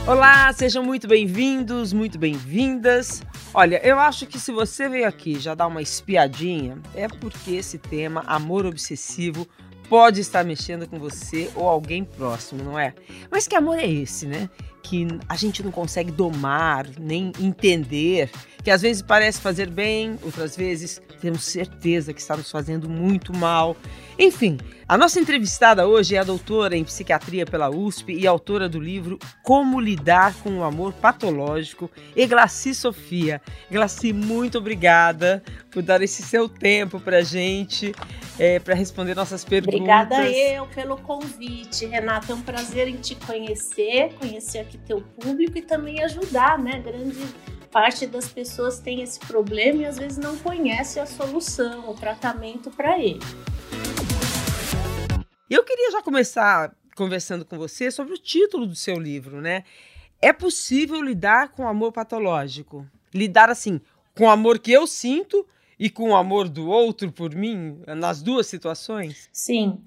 Olá, sejam muito bem-vindos, muito bem-vindas. Olha, eu acho que se você veio aqui já dar uma espiadinha, é porque esse tema, amor obsessivo, pode estar mexendo com você ou alguém próximo, não é? Mas que amor é esse, né? Que a gente não consegue domar, nem entender, que às vezes parece fazer bem, outras vezes temos certeza que está nos fazendo muito mal. Enfim, a nossa entrevistada hoje é a doutora em psiquiatria pela USP e autora do livro Como Lidar com o Amor Patológico, Eglacy Sofia. Eglacy, muito obrigada por dar esse seu tempo para a gente, para responder nossas perguntas. Obrigada eu pelo convite, Renata. É um prazer em te conhecer aqui teu público e também ajudar, né? Grande parte das pessoas tem esse problema e às vezes não conhece a solução, o tratamento para ele. Eu queria já começar conversando com você sobre o título do seu livro, né? É possível lidar com o amor patológico? Lidar, assim, com o amor que eu sinto e com o amor do outro por mim, nas duas situações? Sim,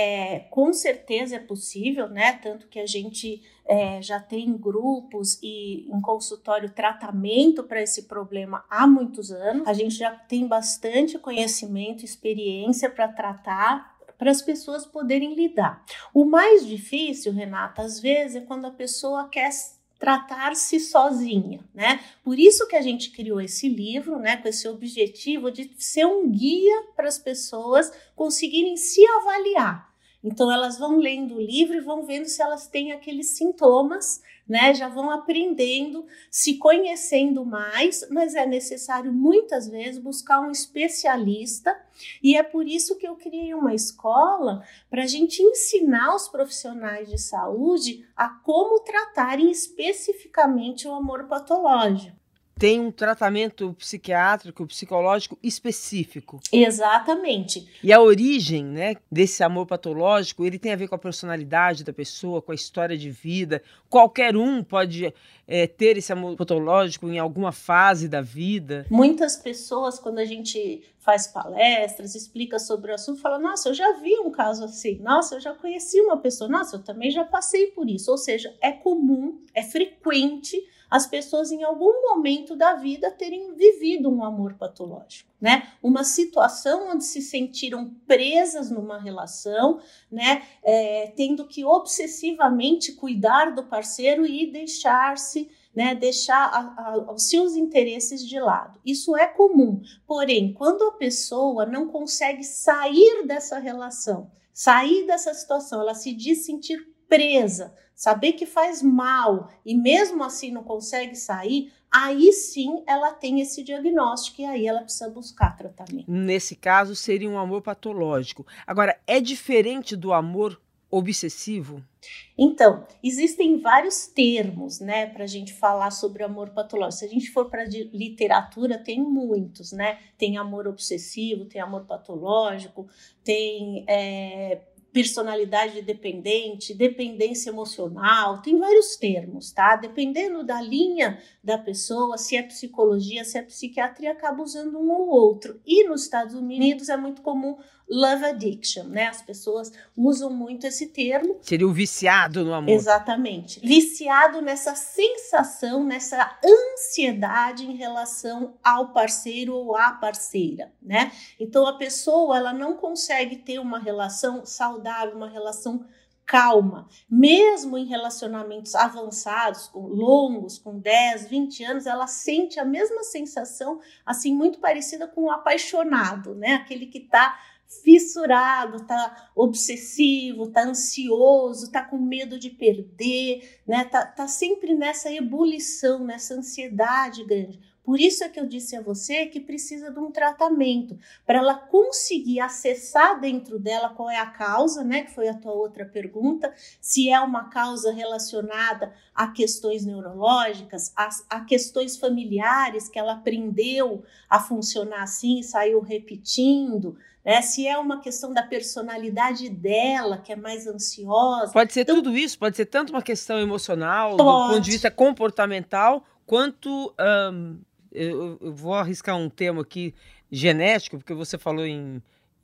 com certeza é possível, né? Tanto que a gente já tem grupos e em consultório tratamento para esse problema há muitos anos. A gente já tem bastante conhecimento, experiência para tratar, para as pessoas poderem lidar. O mais difícil, Renata, às vezes é quando a pessoa quer tratar-se sozinha, né? Por isso que a gente criou esse livro, né, com esse objetivo de ser um guia para as pessoas conseguirem se avaliar. Então elas vão lendo o livro e vão vendo se elas têm aqueles sintomas, né? Já vão aprendendo, se conhecendo mais, mas é necessário muitas vezes buscar um especialista e é por isso que eu criei uma escola para a gente ensinar os profissionais de saúde a como tratarem especificamente o amor patológico. Tem um tratamento psiquiátrico, psicológico específico. Exatamente. E a origem, né, desse amor patológico, ele tem a ver com a personalidade da pessoa, com a história de vida. Qualquer um pode ter esse amor patológico em alguma fase da vida. Muitas pessoas, quando a gente faz palestras, explica sobre o assunto, falam, nossa, eu já vi um caso assim, nossa, eu já conheci uma pessoa, nossa, eu também já passei por isso. Ou seja, é comum, é frequente as pessoas em algum momento da vida terem vivido um amor patológico, né? Uma situação onde se sentiram presas numa relação, né? Tendo que obsessivamente cuidar do parceiro e deixar-se, né? Deixar os seus interesses de lado. Isso é comum, porém, quando a pessoa não consegue sair dessa relação, sair dessa situação, ela se diz sentir presa, saber que faz mal e mesmo assim não consegue sair, aí sim ela tem esse diagnóstico e aí ela precisa buscar tratamento. Nesse caso seria um amor patológico. Agora, é diferente do amor obsessivo? Então, existem vários termos, né, para a gente falar sobre amor patológico. Se a gente for para a literatura, tem muitos, né? Tem amor obsessivo, tem amor patológico, tem personalidade dependente, dependência emocional, tem vários termos, tá? Dependendo da linha da pessoa, se é psicologia, se é psiquiatria, acaba usando um ou outro. E nos Estados Unidos é muito comum love addiction, né? As pessoas usam muito esse termo. Seria o viciado no amor. Exatamente. Viciado nessa sensação, nessa ansiedade em relação ao parceiro ou à parceira, né? Então a pessoa, ela não consegue ter uma relação saudável, uma relação calma, mesmo em relacionamentos avançados, longos, com 10, 20 anos, ela sente a mesma sensação, assim, muito parecida com o apaixonado, né? Aquele que está fissurado, tá obsessivo, tá ansioso, tá com medo de perder, né? Tá sempre nessa ebulição, nessa ansiedade grande. Por isso é que eu disse a você que precisa de um tratamento, para ela conseguir acessar dentro dela qual é a causa, né? Que foi a tua outra pergunta, se é uma causa relacionada a questões neurológicas, a questões familiares, que ela aprendeu a funcionar assim e saiu repetindo, né? Se é uma questão da personalidade dela, que é mais ansiosa. Pode ser então, tudo isso, pode ser tanto uma questão emocional, do ponto de vista comportamental, quanto, eu vou arriscar um termo aqui, genético, porque você falou em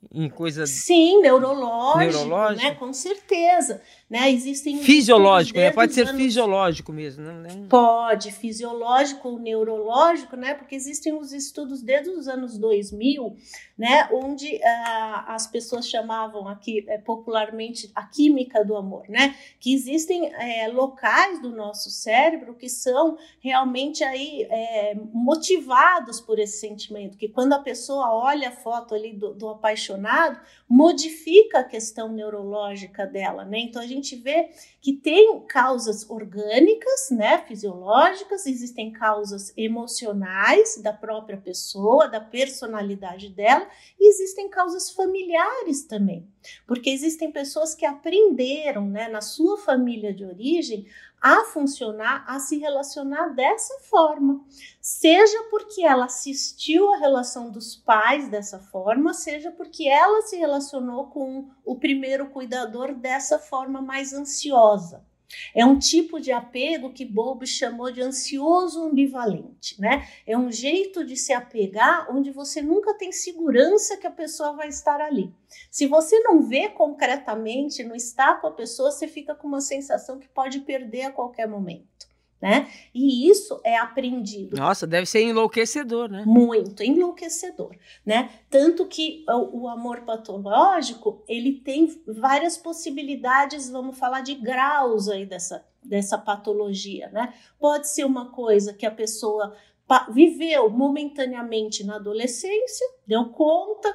em coisa... Sim, neurológico, né? Com certeza. Né? Existem fisiológico, né? Pode ser fisiológico mesmo, né? Pode, fisiológico ou neurológico, né? Porque existem os estudos desde os anos 2000, né? Onde as pessoas chamavam aqui popularmente a química do amor, né? Que existem locais do nosso cérebro que são realmente aí motivados por esse sentimento, que quando a pessoa olha a foto ali do apaixonado, modifica a questão neurológica dela, né? Então a gente vê que tem causas orgânicas, né, fisiológicas, existem causas emocionais da própria pessoa, da personalidade dela, e existem causas familiares também, porque existem pessoas que aprenderam, né, na sua família de origem a funcionar, a se relacionar dessa forma, seja porque ela assistiu a relação dos pais dessa forma, seja porque ela se relacionou com o primeiro cuidador dessa forma mais ansiosa. É um tipo de apego que Bowlby chamou de ansioso ambivalente, né? É um jeito de se apegar onde você nunca tem segurança que a pessoa vai estar ali. Se você não vê concretamente, não está com a pessoa, você fica com uma sensação que pode perder a qualquer momento, né? E isso é aprendido. Nossa, deve ser enlouquecedor, né? Muito enlouquecedor, né? Tanto que o amor patológico, ele tem várias possibilidades, vamos falar de graus aí dessa patologia, né? Pode ser uma coisa que a pessoa viveu momentaneamente na adolescência, deu conta,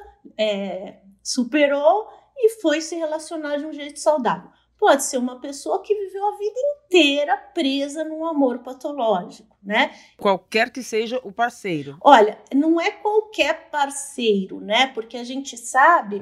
superou e foi se relacionar de um jeito saudável. Pode ser uma pessoa que viveu a vida inteira presa num amor patológico, né? Qualquer que seja o parceiro. Olha, não é qualquer parceiro, né? Porque a gente sabe,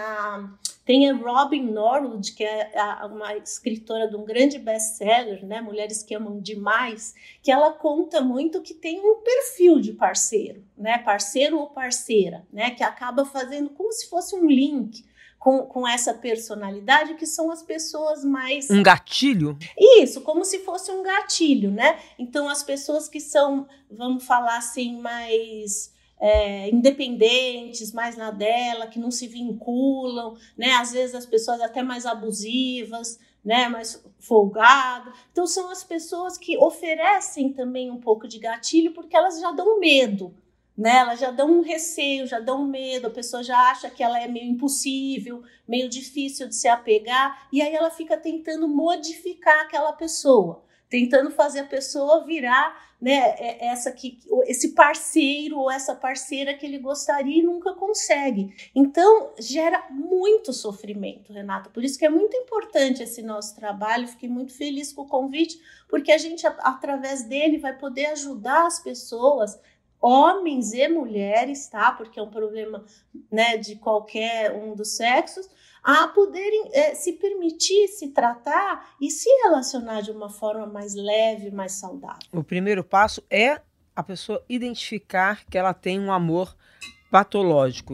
tem a Robin Norwood, que é uma escritora de um grande best-seller, né? Mulheres que Amam Demais, que ela conta muito que tem um perfil de parceiro, né? Parceiro ou parceira, né? Que acaba fazendo como se fosse um link com essa personalidade, que são as pessoas mais... Um gatilho? Isso, como se fosse um gatilho, né? Então, as pessoas que são, vamos falar assim, mais independentes, mais na dela, que não se vinculam, né? Às vezes as pessoas até mais abusivas, né? Mais folgado. Então, são as pessoas que oferecem também um pouco de gatilho, porque elas já dão medo, né? Elas já dão um receio, já dão medo, a pessoa já acha que ela é meio impossível, meio difícil de se apegar, e aí ela fica tentando modificar aquela pessoa, tentando fazer a pessoa virar, né, esse parceiro ou essa parceira que ele gostaria e nunca consegue. Então, gera muito sofrimento, Renata. Por isso que é muito importante esse nosso trabalho. Fiquei muito feliz com o convite, porque a gente, através dele, vai poder ajudar as pessoas, homens e mulheres, tá? Porque é um problema, né, de qualquer um dos sexos, a poderem se permitir se tratar e se relacionar de uma forma mais leve, mais saudável. O primeiro passo é a pessoa identificar que ela tem um amor patológico,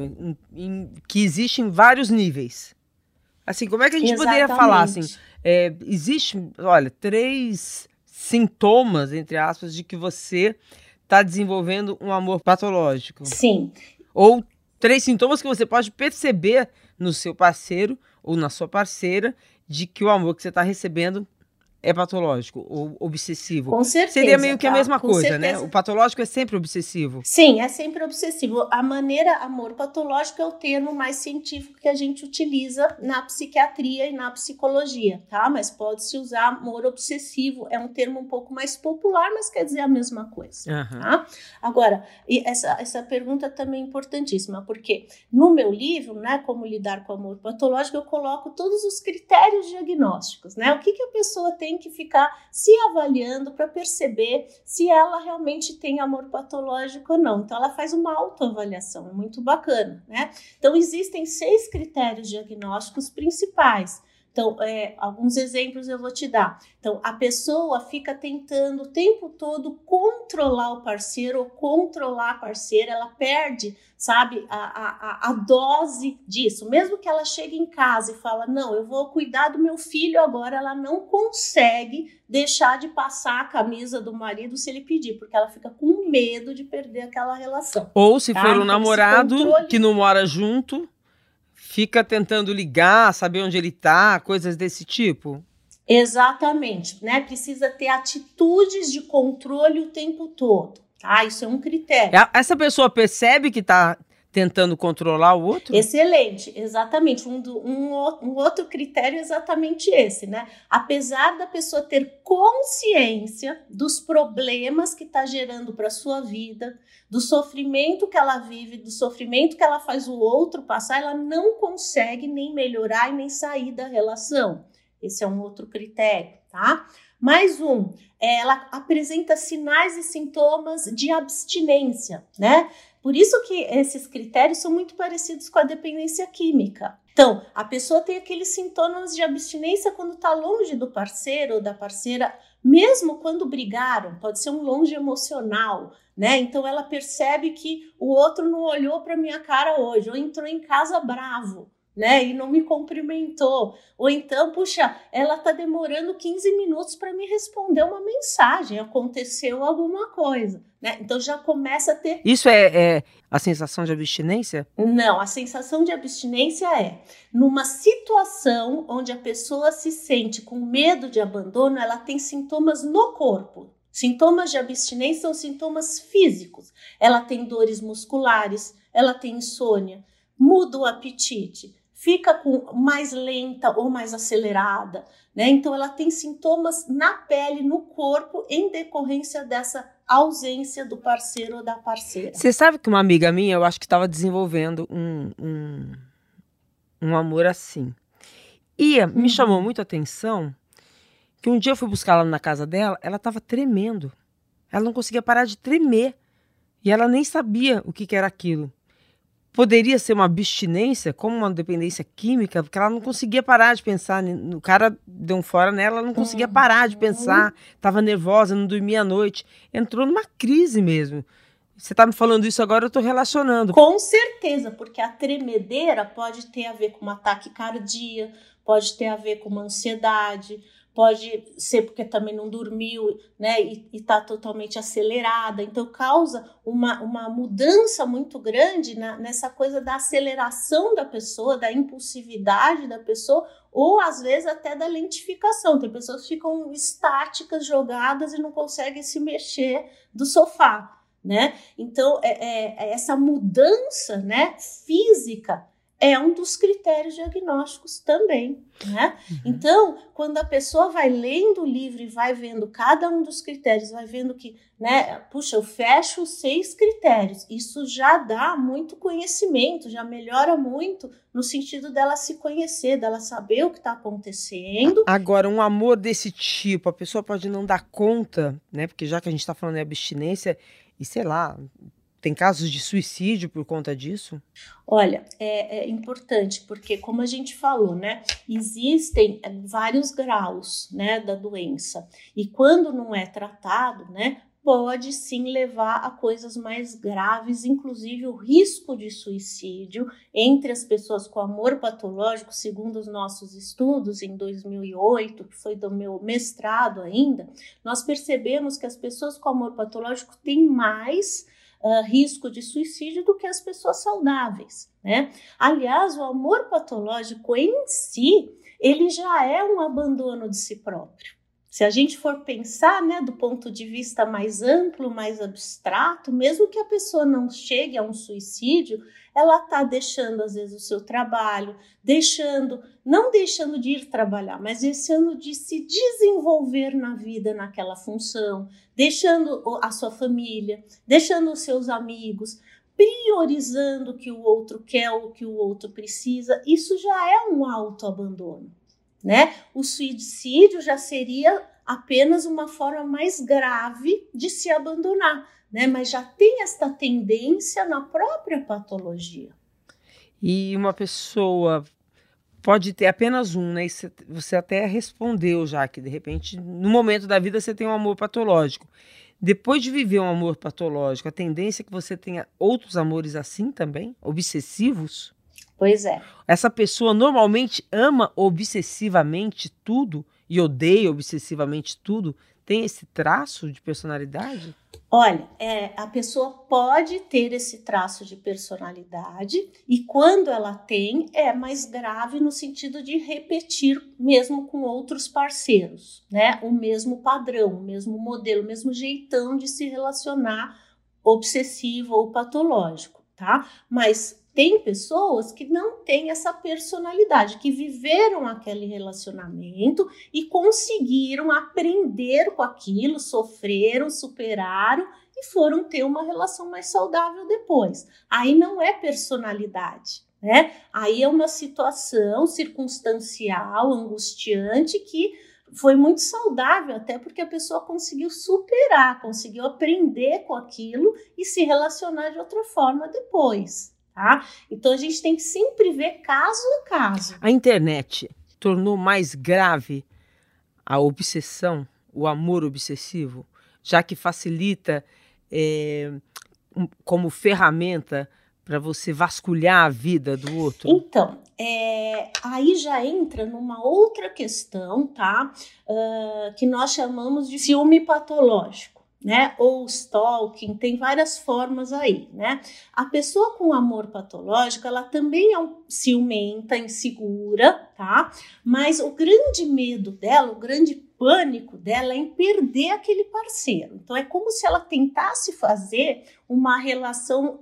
que existe em vários níveis. Assim, como é que a gente poderia falar assim? Existe, olha, 3 sintomas, entre aspas, de que você está desenvolvendo um amor patológico. Sim. Ou 3 sintomas que você pode perceber no seu parceiro ou na sua parceira de que o amor que você está recebendo é patológico ou obsessivo. Com certeza. Seria meio que a mesma coisa, certeza, né? O patológico é sempre obsessivo. Sim, é sempre obsessivo. A maneira amor patológico é o termo mais científico que a gente utiliza na psiquiatria e na psicologia, tá? Mas pode-se usar amor obsessivo, é um termo um pouco mais popular, mas quer dizer a mesma coisa, tá? Agora, essa pergunta também é importantíssima, porque no meu livro, né, Como Lidar com o Amor Patológico, eu coloco todos os critérios diagnósticos, né? O que a pessoa tem que ficar se avaliando para perceber se ela realmente tem amor patológico ou não. Então, ela faz uma autoavaliação, é muito bacana, né? Então, existem 6 critérios diagnósticos principais. Então, alguns exemplos eu vou te dar. Então, a pessoa fica tentando o tempo todo controlar o parceiro ou controlar a parceira, ela perde, sabe, a dose disso. Mesmo que ela chegue em casa e fala, não, eu vou cuidar do meu filho agora, ela não consegue deixar de passar a camisa do marido se ele pedir, porque ela fica com medo de perder aquela relação. Ou se for um namorado que não mora junto, Fica tentando ligar, saber onde ele tá, coisas desse tipo? Exatamente, né? Precisa ter atitudes de controle o tempo todo, tá? Isso é um critério. Essa pessoa percebe que tá tentando controlar o outro? Excelente, exatamente. Um outro critério é exatamente esse, né? Apesar da pessoa ter consciência dos problemas que está gerando para a sua vida, do sofrimento que ela vive, do sofrimento que ela faz o outro passar, ela não consegue nem melhorar e nem sair da relação. Esse é um outro critério, tá? Mais um, ela apresenta sinais e sintomas de abstinência, né? Por isso que esses critérios são muito parecidos com a dependência química. Então, a pessoa tem aqueles sintomas de abstinência quando está longe do parceiro ou da parceira, mesmo quando brigaram, pode ser um longe emocional, né? Então, ela percebe que o outro não olhou para minha cara hoje, ou entrou em casa bravo, né? E não me cumprimentou. Ou então, puxa, ela tá demorando 15 minutos para me responder uma mensagem, aconteceu alguma coisa, né? Então já começa a ter... Isso é a sensação de abstinência? Não, a sensação de abstinência é numa situação onde a pessoa se sente com medo de abandono, ela tem sintomas no corpo. Sintomas de abstinência são sintomas físicos. Ela tem dores musculares, ela tem insônia, muda o apetite, fica mais lenta ou mais acelerada, né? Então ela tem sintomas na pele, no corpo, em decorrência dessa ausência do parceiro ou da parceira. Você sabe que uma amiga minha, eu acho que estava desenvolvendo um amor assim. E me chamou muito a atenção que um dia eu fui buscar ela na casa dela, ela estava tremendo. Ela não conseguia parar de tremer. E ela nem sabia o que era aquilo. Poderia ser uma abstinência, como uma dependência química, porque ela não conseguia parar de pensar. O cara deu um fora nela, ela não conseguia parar de pensar. Estava nervosa, não dormia à noite. Entrou numa crise mesmo. Você está me falando isso agora, eu estou relacionando. Com certeza, porque a tremedeira pode ter a ver com uma taquicardia, pode ter a ver com uma ansiedade, pode ser porque também não dormiu, né, e está totalmente acelerada. Então, causa uma mudança muito grande nessa coisa da aceleração da pessoa, da impulsividade da pessoa, ou às vezes até da lentificação. Tem pessoas que ficam estáticas, jogadas e não conseguem se mexer do sofá, né? Então, essa mudança, né, física é um dos critérios diagnósticos também, né? Então, quando a pessoa vai lendo o livro e vai vendo cada um dos critérios, vai vendo que, né, puxa, eu fecho 6 critérios, isso já dá muito conhecimento, já melhora muito no sentido dela se conhecer, dela saber o que está acontecendo. Agora, um amor desse tipo, a pessoa pode não dar conta, né? Porque já que a gente está falando de abstinência, e sei lá, tem casos de suicídio por conta disso? Olha, é importante, porque como a gente falou, né, existem vários graus, né, da doença. E quando não é tratado, né, pode sim levar a coisas mais graves, inclusive o risco de suicídio entre as pessoas com amor patológico, segundo os nossos estudos em 2008, que foi do meu mestrado ainda, nós percebemos que as pessoas com amor patológico têm mais risco de suicídio do que as pessoas saudáveis, né? Aliás, o amor patológico em si, ele já é um abandono de si próprio. Se a gente for pensar, né, do ponto de vista mais amplo, mais abstrato, mesmo que a pessoa não chegue a um suicídio, ela está deixando, às vezes, o seu trabalho, não deixando de ir trabalhar, mas deixando de se desenvolver na vida, naquela função, deixando a sua família, deixando os seus amigos, priorizando o que o outro quer, o que o outro precisa. Isso já é um autoabandono, né? O suicídio já seria apenas uma forma mais grave de se abandonar, né? Mas já tem esta tendência na própria patologia. E uma pessoa pode ter apenas um, né? Isso você até respondeu já, que de repente, no momento da vida, você tem um amor patológico. Depois de viver um amor patológico, a tendência é que você tenha outros amores assim também, obsessivos? Pois é. Essa pessoa normalmente ama obsessivamente tudo e odeia obsessivamente tudo, tem esse traço de personalidade? Olha, a pessoa pode ter esse traço de personalidade e quando ela tem, é mais grave no sentido de repetir mesmo com outros parceiros, né? O mesmo padrão, o mesmo modelo, o mesmo jeitão de se relacionar obsessivo ou patológico, tá? Mas tem pessoas que não têm essa personalidade, que viveram aquele relacionamento e conseguiram aprender com aquilo, sofreram, superaram e foram ter uma relação mais saudável depois. Aí não é personalidade, né? Aí é uma situação circunstancial, angustiante, que foi muito saudável, até porque a pessoa conseguiu superar, conseguiu aprender com aquilo e se relacionar de outra forma depois. Tá? Então a gente tem que sempre ver caso a caso. A internet tornou mais grave a obsessão, o amor obsessivo, já que facilita como ferramenta para você vasculhar a vida do outro? Então, aí já entra numa outra questão, tá? Que nós chamamos de ciúme patológico, né? Ou stalking, tem várias formas aí, né? A pessoa com amor patológico, ela também é ciumenta, insegura, tá? Mas o grande medo dela, o grande pânico dela é em perder aquele parceiro. Então, é como se ela tentasse fazer uma relação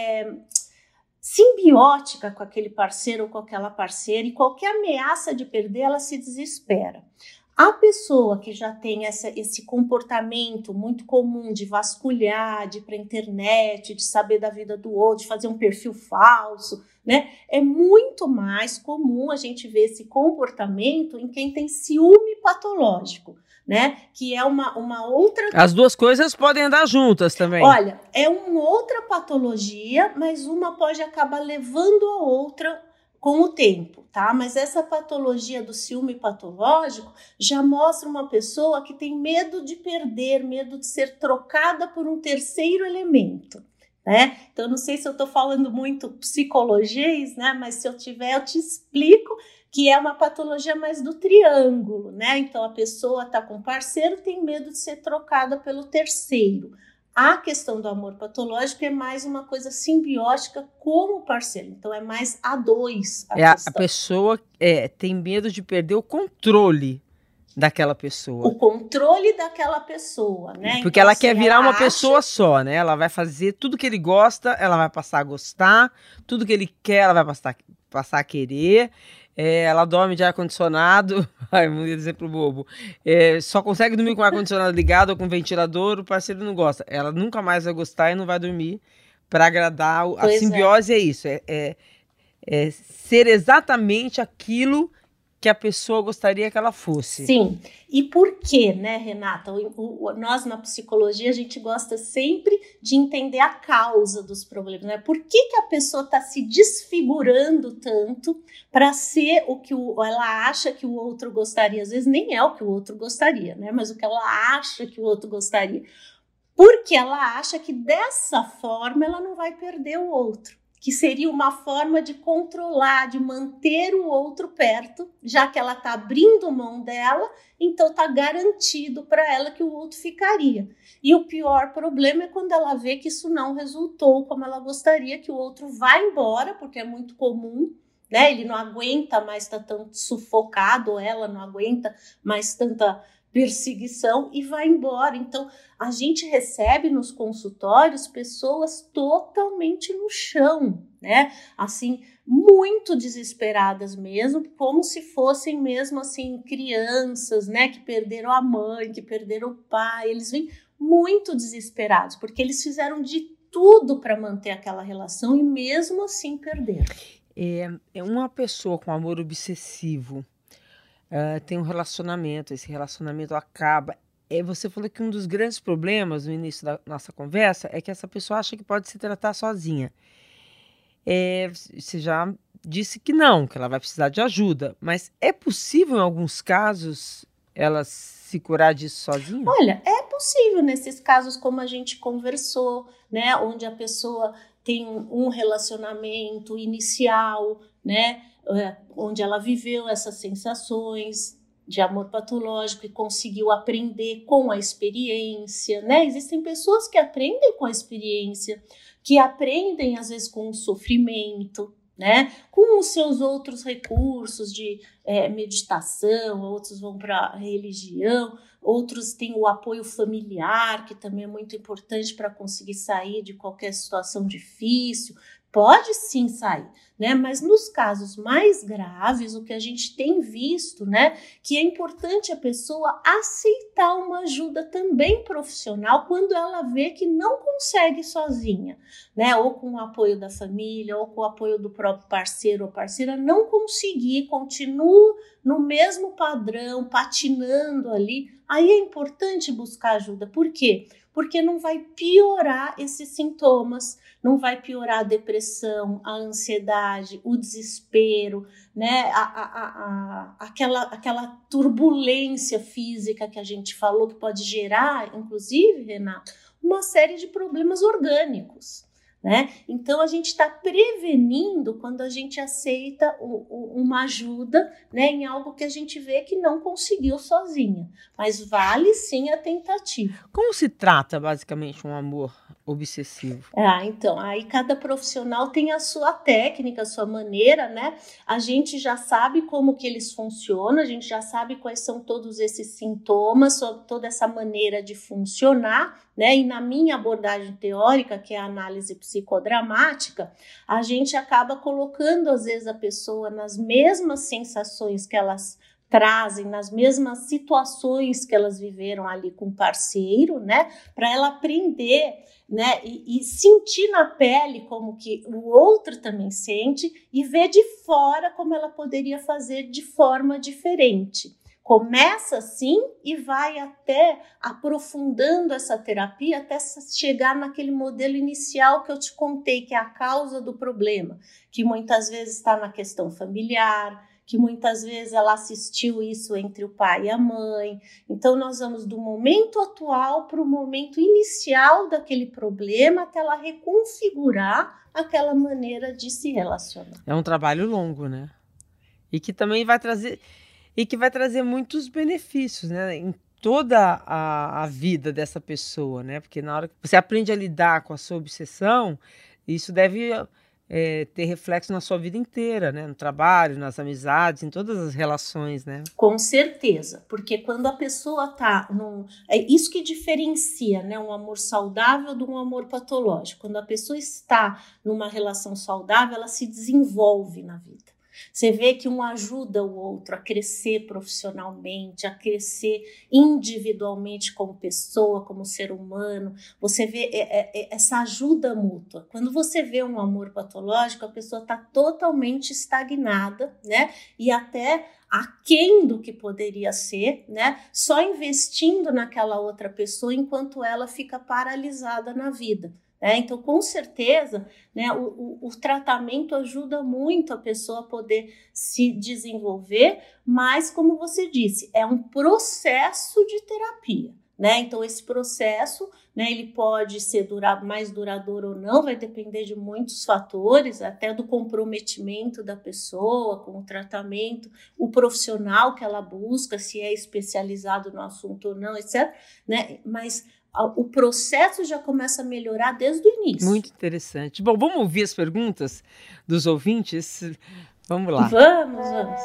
simbiótica com aquele parceiro ou com aquela parceira, e qualquer ameaça de perder, ela se desespera. A pessoa que já tem esse comportamento muito comum de vasculhar, de ir para a internet, de saber da vida do outro, de fazer um perfil falso, né? É muito mais comum a gente ver esse comportamento em quem tem ciúme patológico, né? Que é uma outra... As duas coisas podem andar juntas também. Olha, é uma outra patologia, mas uma pode acabar levando a outra com o tempo, tá? Mas essa patologia do ciúme patológico já mostra uma pessoa que tem medo de perder, medo de ser trocada por um terceiro elemento, né? Então, não sei se eu tô falando muito psicologês, né? Mas se eu tiver, eu te explico que é uma patologia mais do triângulo, né? Então, a pessoa tá com parceiro, tem medo de ser trocada pelo terceiro. A questão do amor patológico é mais uma coisa simbiótica com o parceiro. Então, é mais a dois a questão. A pessoa tem medo de perder o controle daquela pessoa. O controle daquela pessoa, né? Porque então, ela quer virar uma pessoa só, né? Ela vai fazer tudo que ele gosta, ela vai passar a gostar, tudo que ele quer, ela vai passar a querer. Ela dorme de ar-condicionado, um exemplo bobo, só consegue dormir com o ar-condicionado ligado ou com o ventilador, o parceiro não gosta. Ela nunca mais vai gostar e não vai dormir para agradar. A simbiose é isso, é ser exatamente aquilo que a pessoa gostaria que ela fosse. Sim, e por quê, né, Renata? Nós na psicologia a gente gosta sempre de entender a causa dos problemas, né? Por que a pessoa está se desfigurando tanto para ser o que ela acha que o outro gostaria? Às vezes nem é o que o outro gostaria, né? Mas o que ela acha que o outro gostaria. Porque ela acha que dessa forma ela não vai perder o outro. Que seria uma forma de controlar, de manter o outro perto, já que ela está abrindo mão dela, então está garantido para ela que o outro ficaria. E o pior problema é quando ela vê que isso não resultou como ela gostaria, que o outro vá embora, porque é muito comum, né? Ele não aguenta mais estar tão sufocado, ou ela não aguenta mais tanta perseguição e vai embora. Então, a gente recebe nos consultórios pessoas totalmente no chão, né? Assim, muito desesperadas mesmo, como se fossem mesmo assim crianças, né? Que perderam a mãe, que perderam o pai. Eles vêm muito desesperados, porque eles fizeram de tudo para manter aquela relação e mesmo assim perderam. É uma pessoa com amor obsessivo. Tem um relacionamento, esse relacionamento acaba. Você falou que um dos grandes problemas no início da nossa conversa é que essa pessoa acha que pode se tratar sozinha. Você já disse que não, que ela vai precisar de ajuda, mas é possível em alguns casos ela se curar disso sozinha? Olha, é possível nesses casos como a gente conversou, né, onde a pessoa tem um relacionamento inicial, né, onde ela viveu essas sensações, de amor patológico e conseguiu aprender com a experiência, né? Existem pessoas que aprendem com a experiência, que aprendem às vezes com o sofrimento, né? Com os seus outros recursos de meditação, outros vão para a religião, outros têm o apoio familiar, que também é muito importante para conseguir sair de qualquer situação difícil. Pode sim sair, né? Mas nos casos mais graves, o que a gente tem visto, né, que é importante a pessoa aceitar uma ajuda também profissional quando ela vê que não consegue sozinha, né? Ou com o apoio da família, ou com o apoio do próprio parceiro ou parceira, não conseguir, continua no mesmo padrão, patinando ali. Aí é importante buscar ajuda. Por quê? Porque não vai piorar esses sintomas, não vai piorar a depressão, a ansiedade, o desespero, né? Aquela turbulência física que a gente falou que pode gerar, inclusive, Renato, uma série de problemas orgânicos, né? Então a gente está prevenindo quando a gente aceita uma ajuda, né, em algo que a gente vê que não conseguiu sozinha, mas vale sim a tentativa. Como se trata basicamente um amor obsessivo? Então, aí cada profissional tem a sua técnica, a sua maneira, né? A gente já sabe como que eles funcionam, a gente já sabe quais são todos esses sintomas, toda essa maneira de funcionar, né? E na minha abordagem teórica, que é a análise psicodramática, a gente acaba colocando às vezes a pessoa nas mesmas sensações que elas trazem, nas mesmas situações que elas viveram ali com o parceiro, né, para ela aprender, né, e sentir na pele como que o outro também sente e ver de fora como ela poderia fazer de forma diferente. Começa assim e vai até aprofundando essa terapia até chegar naquele modelo inicial que eu te contei, que é a causa do problema, que muitas vezes está na questão familiar, que muitas vezes ela assistiu isso entre o pai e a mãe. Então, nós vamos do momento atual para o momento inicial daquele problema até ela reconfigurar aquela maneira de se relacionar. É um trabalho longo, né? E que também vai trazer muitos benefícios, né, em toda a vida dessa pessoa, né? Porque na hora que você aprende a lidar com a sua obsessão, isso deve ter reflexo na sua vida inteira, né? No trabalho, nas amizades, em todas as relações, né? Com certeza, porque quando a pessoa está é isso que diferencia, né, um amor saudável de um amor patológico. Quando a pessoa está numa relação saudável, ela se desenvolve na vida. Você vê que um ajuda o outro a crescer profissionalmente, a crescer individualmente como pessoa, como ser humano. Você vê essa ajuda mútua. Quando você vê um amor patológico, a pessoa está totalmente estagnada, né? E até aquém do que poderia ser, né? Só investindo naquela outra pessoa enquanto ela fica paralisada na vida. Então, com certeza, né, o tratamento ajuda muito a pessoa a poder se desenvolver, mas, como você disse, é um processo de terapia, né? Então, esse processo, né, ele pode ser mais duradouro ou não, vai depender de muitos fatores, até do comprometimento da pessoa com o tratamento, o profissional que ela busca, se é especializado no assunto ou não, etc., né? Mas o processo já começa a melhorar desde o início. Muito interessante. Bom, vamos ouvir as perguntas dos ouvintes? Vamos lá. Vamos.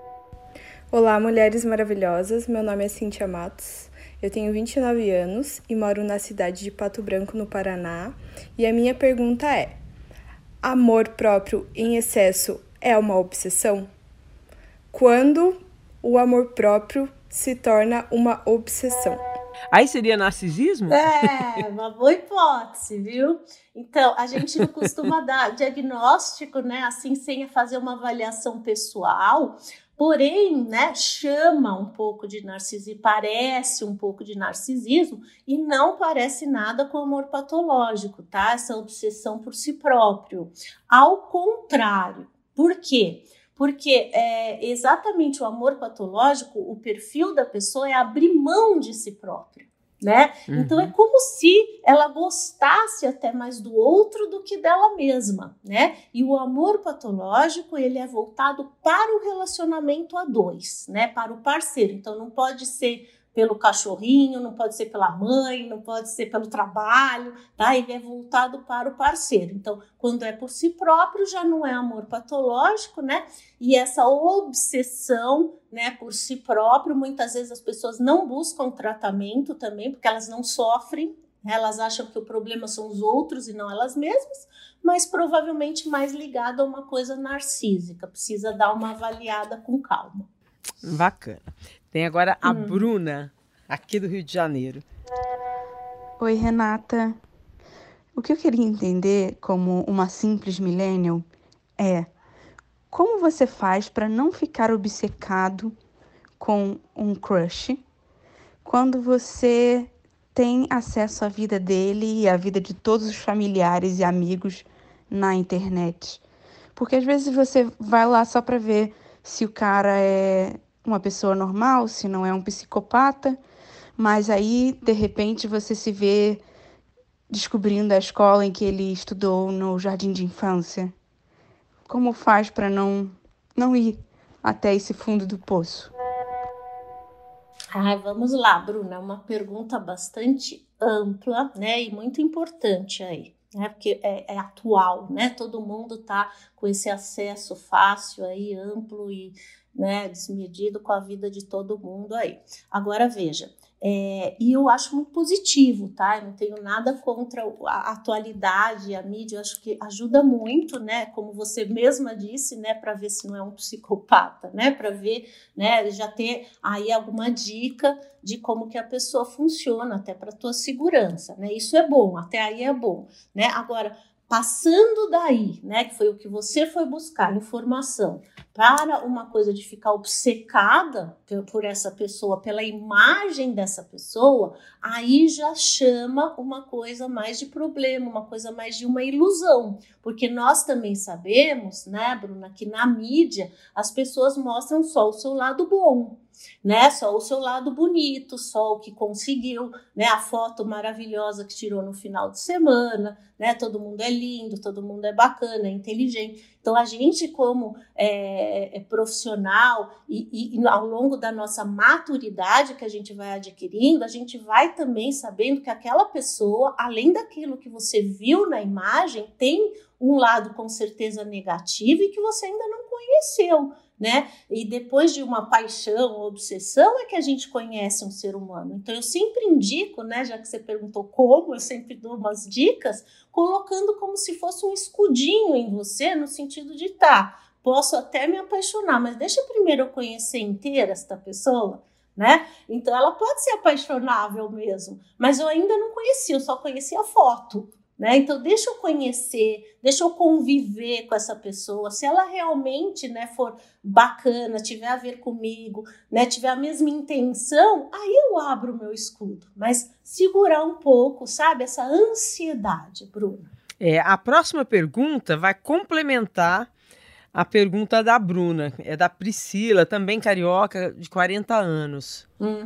Olá, mulheres maravilhosas. Meu nome é Cíntia Matos. Eu tenho 29 anos e moro na cidade de Pato Branco, no Paraná. E a minha pergunta é: amor próprio em excesso é uma obsessão? Quando o amor próprio se torna uma obsessão? Aí seria narcisismo? Uma boa hipótese, viu? Então, a gente não costuma dar diagnóstico, né, assim, sem fazer uma avaliação pessoal, porém, né, chama um pouco de narcisismo, parece um pouco de narcisismo e não parece nada com amor patológico, tá? Essa obsessão por si próprio. Ao contrário. Por quê? Porque exatamente o amor patológico, o perfil da pessoa é abrir mão de si próprio, né? Então é como se ela gostasse até mais do outro do que dela mesma, né? E o amor patológico, ele é voltado para o relacionamento a dois, né? Para o parceiro. Então não pode ser pelo cachorrinho, não pode ser pela mãe, não pode ser pelo trabalho, tá? Ele é voltado para o parceiro. Então, quando é por si próprio, já não é amor patológico, né? E essa obsessão, né, por si próprio, muitas vezes as pessoas não buscam tratamento também, porque elas não sofrem, né? Elas acham que o problema são os outros e não elas mesmas, mas provavelmente mais ligado a uma coisa narcísica. Precisa dar uma avaliada com calma. Bacana. Tem agora a Bruna, aqui do Rio de Janeiro. Oi, Renata. O que eu queria entender como uma simples millennial é como você faz para não ficar obcecado com um crush quando você tem acesso à vida dele e à vida de todos os familiares e amigos na internet. Porque às vezes você vai lá só para ver se o cara é uma pessoa normal, se não é um psicopata, mas aí, de repente, você se vê descobrindo a escola em que ele estudou no jardim de infância. Como faz para não ir até esse fundo do poço? Vamos lá, Bruna, uma pergunta bastante ampla, né, e muito importante aí, né, porque é atual, né, todo mundo tá com esse acesso fácil aí, amplo e, né, desmedido com a vida de todo mundo aí. Agora, veja, e eu acho muito positivo, tá? Eu não tenho nada contra a atualidade, a mídia, eu acho que ajuda muito, né? Como você mesma disse, né? Para ver se não é um psicopata, né? Para ver, né? Já ter aí alguma dica de como que a pessoa funciona, até para tua segurança, né? Isso é bom, até aí é bom, né? Agora, passando daí, né? Que foi o que você foi buscar, informação, para uma coisa de ficar obcecada por essa pessoa, pela imagem dessa pessoa, aí já chama uma coisa mais de problema, uma coisa mais de uma ilusão, porque nós também sabemos, né, Bruna, que na mídia as pessoas mostram só o seu lado bom, né, só o seu lado bonito, só o que conseguiu, né, a foto maravilhosa que tirou no final de semana, né, todo mundo é lindo, todo mundo é bacana, é inteligente. Então a gente como profissional e ao longo da nossa maturidade que a gente vai adquirindo, a gente vai também sabendo que aquela pessoa, além daquilo que você viu na imagem, tem um lado com certeza negativo e que você ainda não conheceu, né? E depois de uma paixão, obsessão, é que a gente conhece um ser humano. Então eu sempre indico, né, já que você perguntou como, eu sempre dou umas dicas, colocando como se fosse um escudinho em você, no sentido de posso até me apaixonar, mas deixa primeiro eu conhecer inteira esta pessoa, né? Então ela pode ser apaixonável mesmo, mas eu ainda não conhecia, eu só conhecia a foto, né? Então deixa eu conhecer, deixa eu conviver com essa pessoa, se ela realmente, né, for bacana, tiver a ver comigo, né, tiver a mesma intenção, aí eu abro o meu escudo, mas segurar um pouco, sabe, essa ansiedade, Bruna. A próxima pergunta vai complementar a pergunta da Bruna, é da Priscila, também carioca, de 40 anos.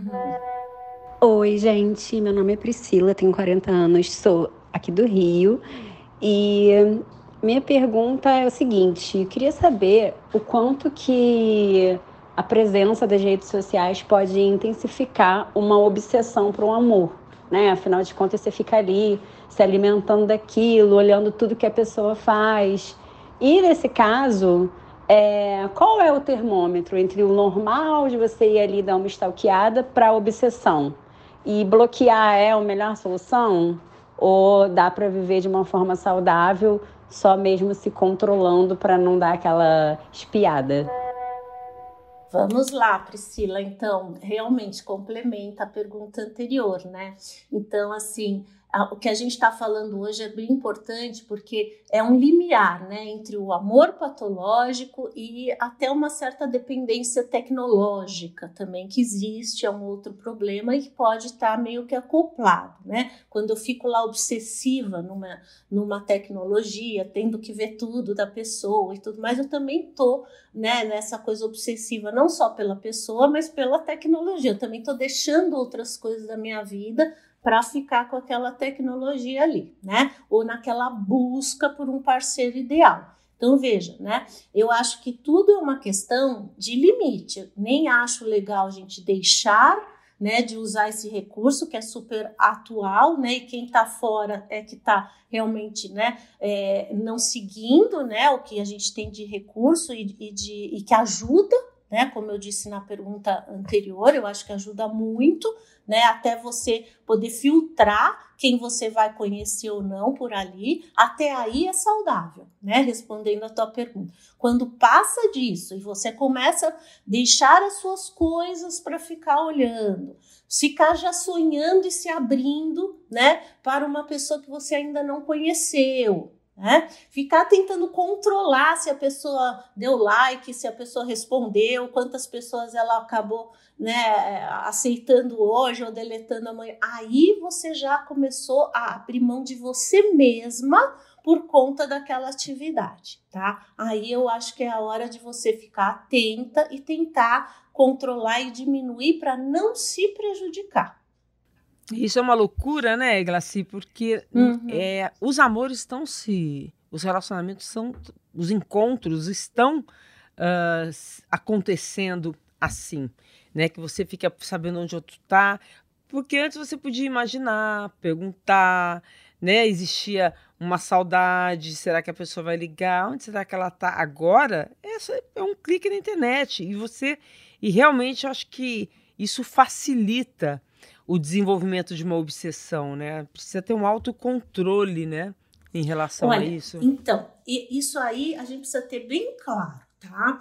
Oi, gente, meu nome é Priscila, tenho 40 anos, sou aqui do Rio e minha pergunta é o seguinte, eu queria saber o quanto que a presença das redes sociais pode intensificar uma obsessão por um amor, né? Afinal de contas, você fica ali se alimentando daquilo, olhando tudo que a pessoa faz. E nesse caso, qual é o termômetro entre o normal de você ir ali dar uma stalkeada para a obsessão? E bloquear é a melhor solução? Ou dá para viver de uma forma saudável, só mesmo se controlando para não dar aquela espiada? Vamos lá, Priscila, então, realmente complementa a pergunta anterior, né? Então, assim, o que a gente está falando hoje é bem importante, porque é um limiar, né, entre o amor patológico e até uma certa dependência tecnológica também que existe, é um outro problema e que pode estar meio que acoplado, né? Quando eu fico lá obsessiva numa tecnologia, tendo que ver tudo da pessoa e tudo mais, eu também estou, né, nessa coisa obsessiva, não só pela pessoa, mas pela tecnologia. Eu também estou deixando outras coisas da minha vida para ficar com aquela tecnologia ali, né? Ou naquela busca por um parceiro ideal. Então, veja, né? Eu acho que tudo é uma questão de limite. Eu nem acho legal a gente deixar, né, de usar esse recurso que é super atual, né? E quem está fora é que está realmente, né, não seguindo, né, o que a gente tem de recurso e que ajuda, né? Como eu disse na pergunta anterior, eu acho que ajuda muito, né, até você poder filtrar quem você vai conhecer ou não por ali, até aí é saudável, né, respondendo a tua pergunta. Quando passa disso e você começa a deixar as suas coisas para ficar olhando, ficar já sonhando e se abrindo, né, para uma pessoa que você ainda não conheceu, né? Ficar tentando controlar se a pessoa deu like, se a pessoa respondeu, quantas pessoas ela acabou, né, aceitando hoje ou deletando amanhã. Aí você já começou a abrir mão de você mesma por conta daquela atividade, tá? Aí eu acho que é a hora de você ficar atenta e tentar controlar e diminuir para não se prejudicar. Isso é uma loucura, né, Glaci? Porque os amores estão os relacionamentos os encontros estão acontecendo assim, né? Que você fica sabendo onde o outro tá, porque antes você podia imaginar, perguntar, né? Existia uma saudade, será que a pessoa vai ligar? Onde será que ela tá? Agora é um clique na internet e realmente eu acho que isso facilita o desenvolvimento de uma obsessão, né? Precisa ter um autocontrole, né, em relação a isso. Então, isso aí a gente precisa ter bem claro, tá?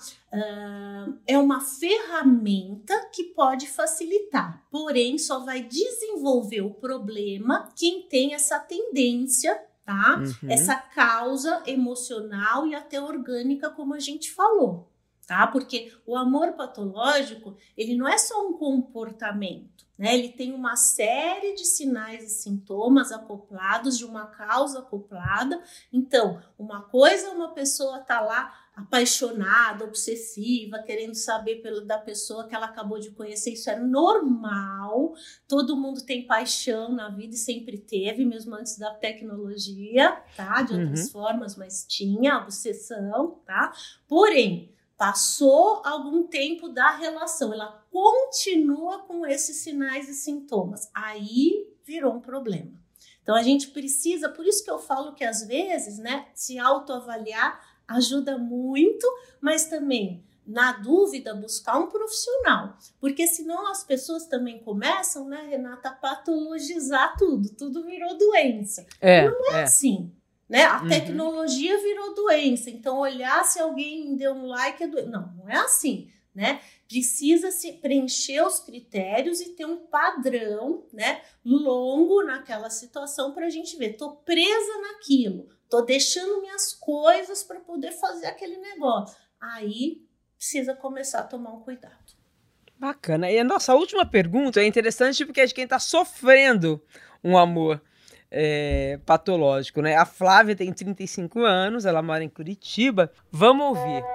É uma ferramenta que pode facilitar, porém só vai desenvolver o problema quem tem essa tendência, tá? Essa causa emocional e até orgânica, como a gente falou, tá? Porque o amor patológico, ele não é só um comportamento, né? Ele tem uma série de sinais e sintomas acoplados, de uma causa acoplada. Então, uma coisa é uma pessoa tá lá apaixonada, obsessiva, querendo saber da pessoa que ela acabou de conhecer. Isso é normal, todo mundo tem paixão na vida e sempre teve, mesmo antes da tecnologia, tá? De outras formas, mas tinha obsessão, tá? Porém, passou algum tempo da relação, ela continua com esses sinais e sintomas, aí virou um problema. Então a gente precisa, por isso que eu falo que às vezes, né, se autoavaliar ajuda muito, mas também, na dúvida, buscar um profissional, porque senão as pessoas também começam, né, Renata, a patologizar tudo virou doença. Não é assim. Né? A tecnologia virou doença, então olhar se alguém deu um like é doença. Não é assim, né? Precisa se preencher os critérios e ter um padrão, né, longo naquela situação para a gente ver. Tô presa naquilo, tô deixando minhas coisas para poder fazer aquele negócio. Aí precisa começar a tomar um cuidado. Bacana. E a nossa última pergunta é interessante porque é de quem está sofrendo um amor patológico, né? A Flávia tem 35 anos, ela mora em Curitiba. Vamos ouvir.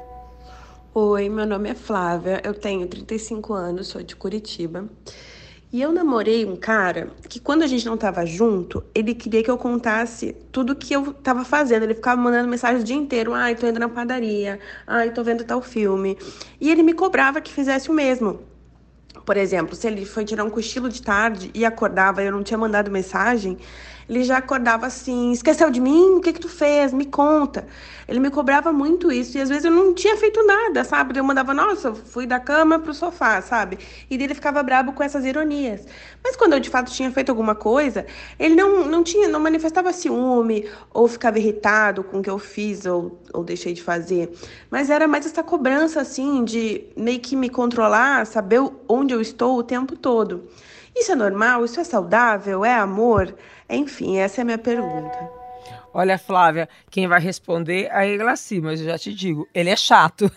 Oi, meu nome é Flávia, eu tenho 35 anos, sou de Curitiba. E eu namorei um cara que, quando a gente não tava junto, ele queria que eu contasse tudo que eu tava fazendo. Ele ficava mandando mensagem o dia inteiro. Ai, tô indo na padaria. Ai, tô vendo tal filme. E ele me cobrava que fizesse o mesmo. Por exemplo, se ele foi tirar um cochilo de tarde e acordava e eu não tinha mandado mensagem, ele já acordava assim: esqueceu de mim? O que tu fez? Me conta. Ele me cobrava muito isso e às vezes eu não tinha feito nada, sabe? Eu mandava: nossa, fui da cama pro sofá, sabe? E ele ficava brabo com essas ironias. Mas quando eu de fato tinha feito alguma coisa, ele não manifestava ciúme ou ficava irritado com o que eu fiz ou deixei de fazer. Mas era mais essa cobrança assim de meio que me controlar, saber onde eu estou o tempo todo. Isso é normal? Isso é saudável? É amor? Enfim, essa é a minha pergunta. Olha, Flávia, quem vai responder é a Eglaci, mas eu já te digo, ele é chato.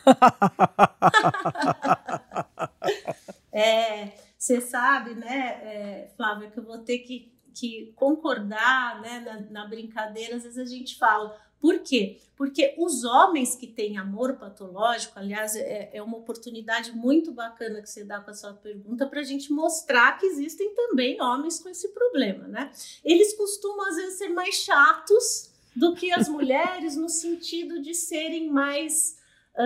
Você sabe, né, Flávia, que eu vou ter que concordar, né, na brincadeira, às vezes a gente fala. Por quê? Porque os homens que têm amor patológico, aliás, é uma oportunidade muito bacana que você dá com a sua pergunta para a gente mostrar que existem também homens com esse problema, né? Eles costumam, às vezes, ser mais chatos do que as mulheres no sentido de serem mais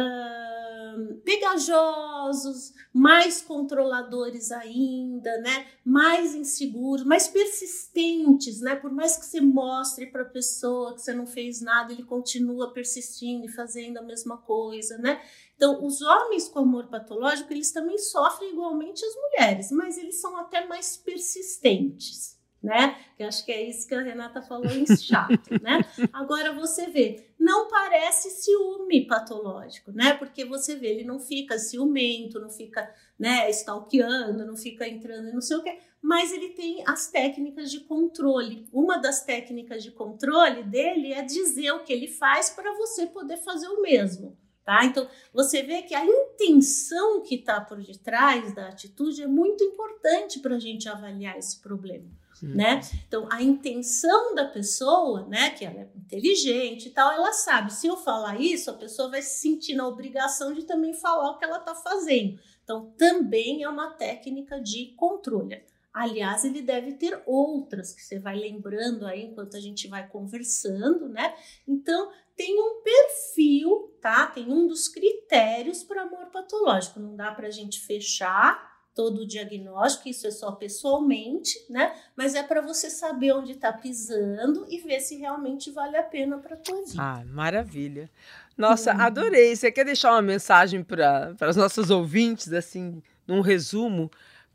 pegajosos, mais controladores ainda, né? Mais inseguros, mais persistentes, né? Por mais que você mostre para a pessoa que você não fez nada, ele continua persistindo e fazendo a mesma coisa, né? Então, os homens com amor patológico, eles também sofrem igualmente as mulheres, mas eles são até mais persistentes, né? Que acho que é isso que a Renata falou em chato, né? Agora você vê, não parece ciúme patológico, né? Porque você vê, ele não fica ciumento, não fica, né, stalkeando, não fica entrando em não sei o quê, mas ele tem as técnicas de controle. Uma das técnicas de controle dele é dizer o que ele faz para você poder fazer o mesmo. Tá? Então, você vê que a intenção que está por detrás da atitude é muito importante para a gente avaliar esse problema. Né? Então, a intenção da pessoa, né, que ela é inteligente e tal, ela sabe, se eu falar isso, a pessoa vai se sentir na obrigação de também falar o que ela está fazendo. Então, também é uma técnica de controle. Aliás, ele deve ter outras que você vai lembrando aí enquanto a gente vai conversando, né? Então, tem um perfil, tá? Tem um dos critérios para amor patológico. Não dá para a gente fechar todo o diagnóstico, isso é só pessoalmente, né? Mas é para você saber onde está pisando e ver se realmente vale a pena para a tua vida. Ah, maravilha. Nossa, adorei. Você quer deixar uma mensagem para as nossas ouvintes, assim, num resumo?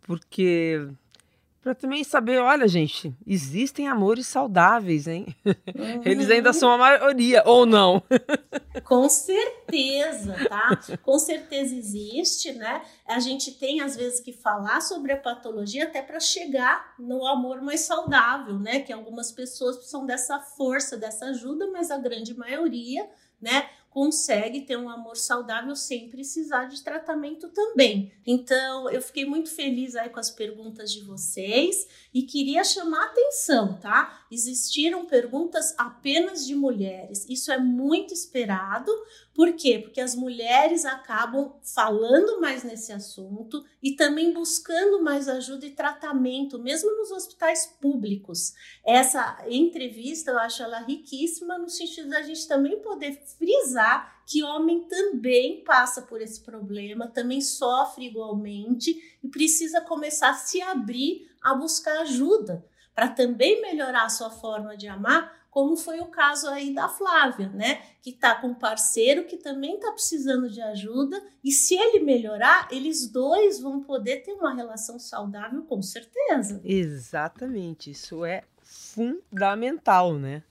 Porque para também saber, olha, gente, existem amores saudáveis, hein? Eles ainda são a maioria, ou não? Com certeza, tá? Com certeza existe, né? A gente tem, às vezes, que falar sobre a patologia até para chegar no amor mais saudável, né? Que algumas pessoas precisam dessa força, dessa ajuda, mas a grande maioria, né, consegue ter um amor saudável sem precisar de tratamento também. Então, eu fiquei muito feliz aí com as perguntas de vocês e queria chamar a atenção, tá? Existiram perguntas apenas de mulheres. Isso é muito esperado. Por quê? Porque as mulheres acabam falando mais nesse assunto e também buscando mais ajuda e tratamento, mesmo nos hospitais públicos. Essa entrevista, eu acho ela riquíssima no sentido da gente também poder frisar que homem também passa por esse problema, também sofre igualmente e precisa começar a se abrir a buscar ajuda para também melhorar a sua forma de amar, como foi o caso aí da Flávia, né? Que está com um parceiro que também está precisando de ajuda e se ele melhorar, eles dois vão poder ter uma relação saudável, com certeza. Exatamente, isso é fundamental, né?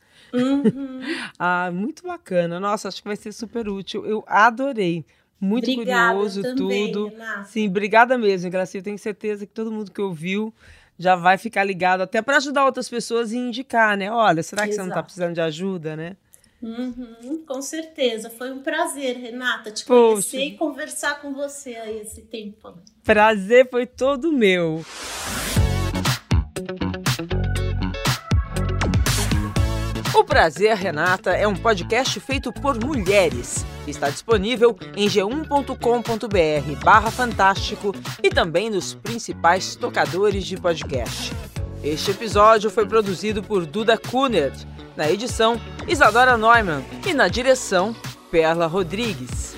Ah, muito bacana. Nossa, acho que vai ser super útil. Eu adorei. Muito obrigada, curioso também, tudo. Renata. Sim, obrigada mesmo, Graci. Eu tenho certeza que todo mundo que ouviu já vai ficar ligado, até para ajudar outras pessoas e indicar, né? Olha, será que você não está precisando de ajuda, né? Com certeza. Foi um prazer, Renata, te conhecer e conversar com você aí esse tempo. Prazer foi todo meu. O Prazer, Renata é um podcast feito por mulheres. Está disponível em g1.com.br/fantástico e também nos principais tocadores de podcast. Este episódio foi produzido por Duda Kunert, na edição Isadora Neumann e na direção Perla Rodrigues.